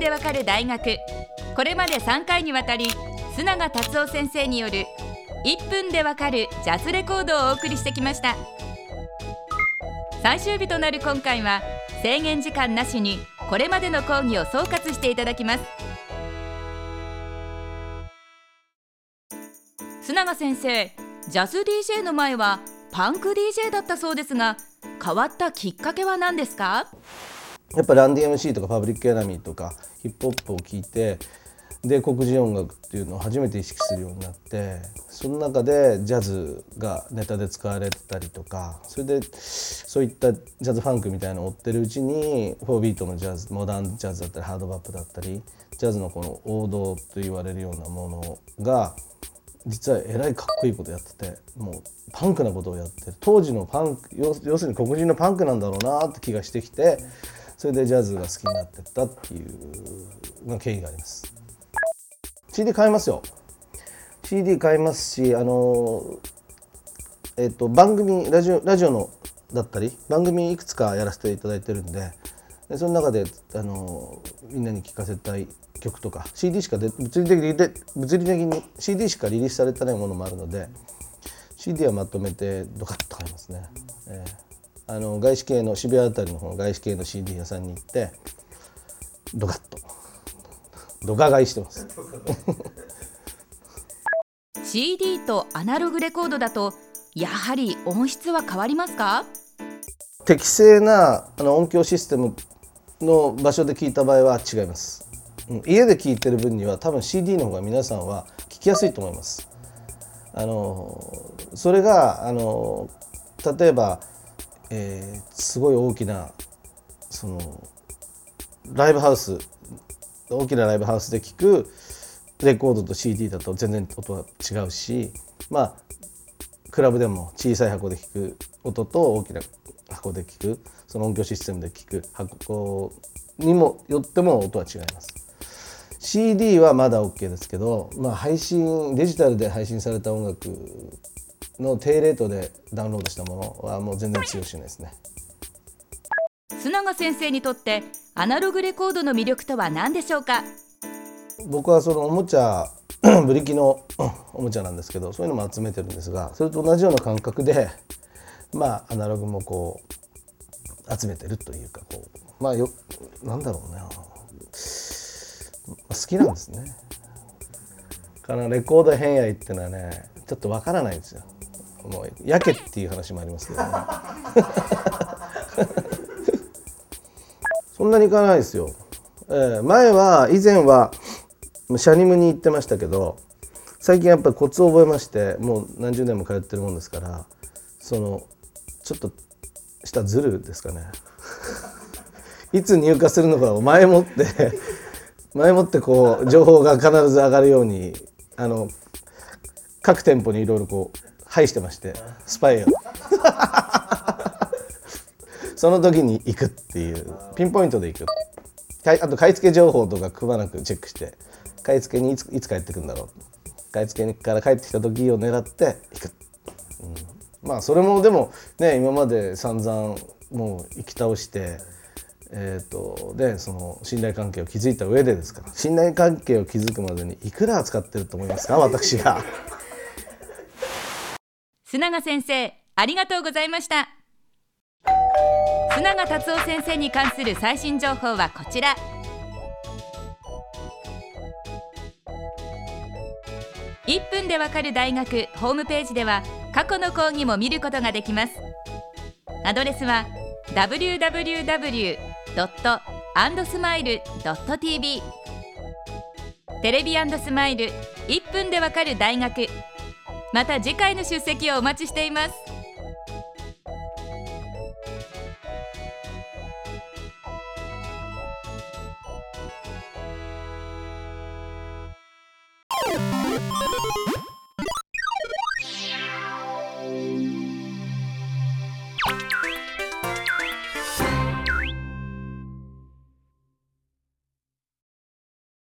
でわかる大学。これまで3回にわたり須永達夫先生による1分でわかるジャズレコードをお送りしてきました。最終日となる今回は制限時間なしにこれまでの講義を総括していただきます。須永先生、ジャズ DJ の前はパンク DJ だったそうですが、変わったきっかけは何ですか？ やっぱランディ MC とかパブリックエナミーとかヒップホップを聴いて、で黒人音楽っていうのを初めて意識するようになって、その中でジャズがネタで使われてたりとか、それでそういったジャズファンクみたいなのを追ってるうちに4ビートのジャズ、モダンジャズだったりハードバップだったり、ジャズのこの王道と言われるようなものが実はえらいかっこいいことやってて、もうパンクなことをやってる、当時のパンク、要するに黒人のパンクなんだろうなって気がしてきて、それでジャズが好きになってったっていう経緯があります。CD 買いますよ。CD 買いますし、番組ラジオのだったり番組いくつかやらせていただいてるんで、その中でみんなに聴かせたい曲とか CD しか物理的に CD しかリリースされてないものもあるので、 CD はまとめてドカッと買いますね。外資系の渋谷あたりの方の外資系の CD 屋さんに行ってドカッとドカ買いしてます CD とアナログレコードだとやはり音質は変わりますか？ 適正な音響システムの場所で聞いた場合は違います。家で聞いてる分には多分 CD の方が皆さんは聞きやすいと思います。それが例えば、すごい大きなライブハウス、大きなライブハウスで聞くレコードと CD だと全然音は違うし、クラブでも小さい箱で聞く音と大きな箱で聞く、その音響システムで聞く箱にもよっても音は違います。CD はまだ OK ですけど、デジタルで配信された音楽の低レートでダウンロードしたものはもう全然通用しないですね。 須永先生にとってアナログレコードの魅力とは何でしょうか？ 僕はそのおもちゃブリキのおもちゃなんですけど、そういうのも集めてるんですが、それと同じような感覚でアナログもこう集めてるというか、なんだろうな、好きなんですね。からレコード変愛っていうのはね、ちょっとわからないんですよ。もうやけっていう話もありますけどねそんなにいかないですよ。以前はシャニムに行ってましたけど、最近やっぱりコツを覚えまして、もう何十年も通ってるもんですから、ちょっとしたズルですかねいつ入荷するのかを前もってこう情報が必ず上がるように各店舗にいろいろこう配してまして、スパイをその時に行くっていう、ピンポイントで行く。あと買い付け情報とかくまなくチェックして、買い付けにいつ帰ってくるんだろう、買い付けから帰ってきた時を狙って行く。それもでもね、今まで散々もう行き倒して、でその信頼関係を築いた上でですから、信頼関係を築くまでにいくら使ってると思いますか、私が須永先生、ありがとうございました。須永達夫先生に関する最新情報はこちら。1分でわかる大学ホームページでは過去の講義も見ることができます。アドレスは www.andsmile.tv。 テレビ&スマイル1分でわかる大学、また次回の出席をお待ちしています。